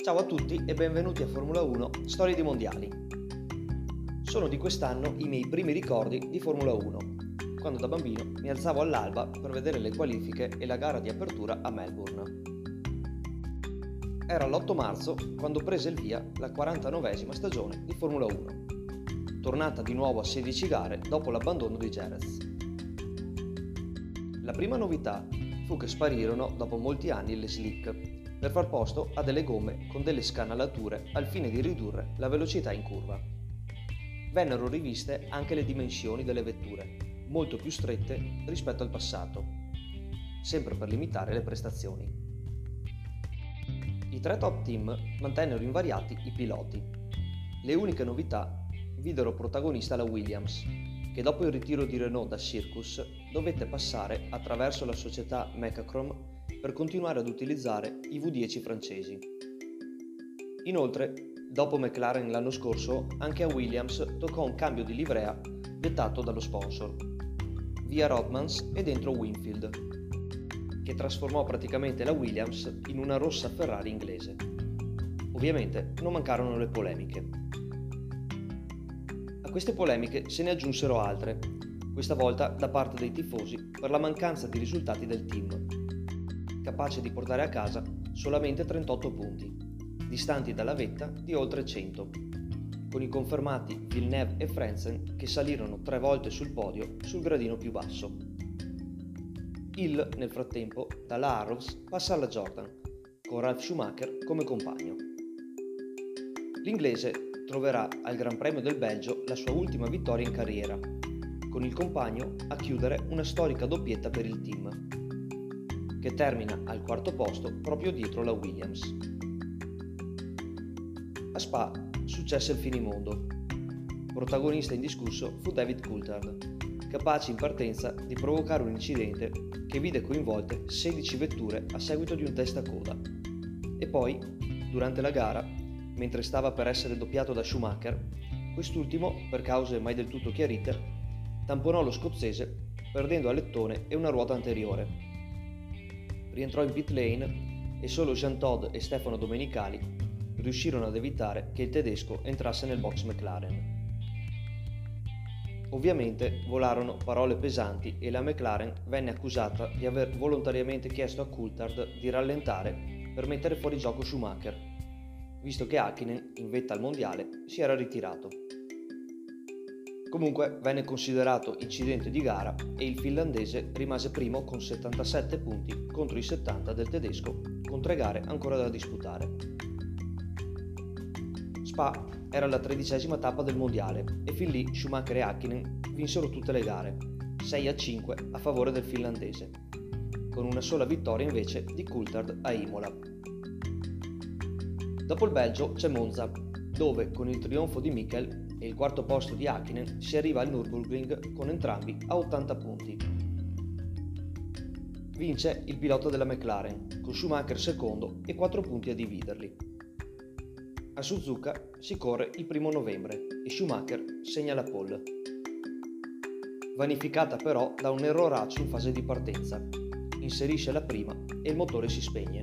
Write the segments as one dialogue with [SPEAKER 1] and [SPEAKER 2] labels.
[SPEAKER 1] Ciao a tutti e benvenuti a Formula 1 Storie di Mondiali. Sono di quest'anno i miei primi ricordi di Formula 1, quando da bambino mi alzavo all'alba per vedere le qualifiche e la gara di apertura a Melbourne. Era l'8 marzo quando prese il via la 49esima stagione di Formula 1, tornata di nuovo a 16 gare dopo l'abbandono di Jerez. La prima novità fu che sparirono dopo molti anni le slick per far posto a delle gomme con delle scanalature al fine di ridurre la velocità in curva. Vennero riviste anche le dimensioni delle vetture, molto più strette rispetto al passato, sempre per limitare le prestazioni. I tre top team mantennero invariati i piloti. Le uniche novità videro protagonista la Williams, che dopo il ritiro di Renault da Circus dovette passare attraverso la società Mecachrome per continuare ad utilizzare i V10 francesi. Inoltre, dopo McLaren l'anno scorso, anche a Williams toccò un cambio di livrea dettato dallo sponsor, via Rothmans e dentro Winfield, che trasformò praticamente la Williams in una rossa Ferrari inglese. Ovviamente non mancarono le polemiche. A queste polemiche se ne aggiunsero altre, questa volta da parte dei tifosi per la mancanza di risultati del team, capace di portare a casa solamente 38 punti, distanti dalla vetta di oltre 100, con i confermati Villeneuve e Frentzen che salirono 3 volte sul podio sul gradino più basso. Hill, nel frattempo, dalla Arrows passa alla Jordan, con Ralf Schumacher come compagno. L'inglese troverà al Gran Premio del Belgio la sua ultima vittoria in carriera, con il compagno a chiudere una storica doppietta per il team, che termina al quarto posto proprio dietro la Williams. A Spa successe il finimondo. Protagonista indiscusso fu David Coulthard, capace in partenza di provocare un incidente che vide coinvolte 16 vetture a seguito di un testacoda. E poi, durante la gara, mentre stava per essere doppiato da Schumacher, quest'ultimo, per cause mai del tutto chiarite, tamponò lo scozzese perdendo alettone e una ruota anteriore. Rientrò in pit lane e solo Jean Todt e Stefano Domenicali riuscirono ad evitare che il tedesco entrasse nel box McLaren. Ovviamente volarono parole pesanti e la McLaren venne accusata di aver volontariamente chiesto a Coulthard di rallentare per mettere fuori gioco Schumacher, visto che Häkkinen, in vetta al mondiale, si era ritirato. Comunque venne considerato incidente di gara e il finlandese rimase primo con 77 punti contro i 70 del tedesco, con 3 gare ancora da disputare. Spa era la 13ª tappa del mondiale e fin lì Schumacher e Häkkinen vinsero tutte le gare, 6-5 a favore del finlandese, con una sola vittoria invece di Coulthard a Imola. Dopo il Belgio c'è Monza, dove con il trionfo di Mikel e il quarto posto di Häkkinen si arriva al Nürburgring con entrambi a 80 punti. Vince il pilota della McLaren, con Schumacher secondo e 4 punti a dividerli. A Suzuka si corre il 1 novembre e Schumacher segna la pole. Vanificata però da un erroraccio in fase di partenza, inserisce la prima e il motore si spegne.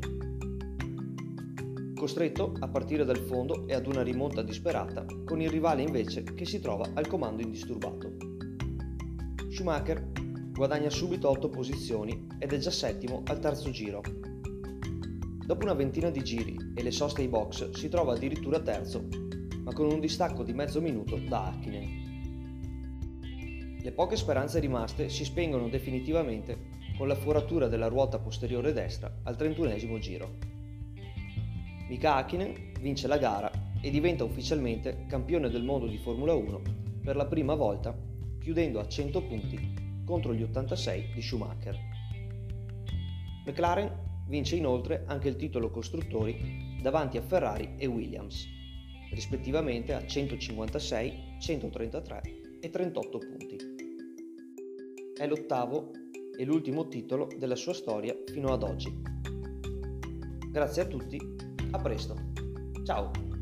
[SPEAKER 1] Costretto a partire dal fondo e ad una rimonta disperata, con il rivale invece che si trova al comando indisturbato. Schumacher guadagna subito 8 posizioni ed è già settimo al terzo giro. Dopo una ventina di giri e le soste ai box si trova addirittura terzo, ma con un distacco di mezzo minuto da Häkkinen. Le poche speranze rimaste si spengono definitivamente con la foratura della ruota posteriore destra al 31esimo giro. Mika Häkkinen vince la gara e diventa ufficialmente campione del mondo di Formula 1 per la prima volta, chiudendo a 100 punti contro gli 86 di Schumacher. McLaren vince inoltre anche il titolo costruttori davanti a Ferrari e Williams, rispettivamente a 156, 133 e 38 punti. È l'8º e l'ultimo titolo della sua storia fino ad oggi. Grazie a tutti. A presto, ciao!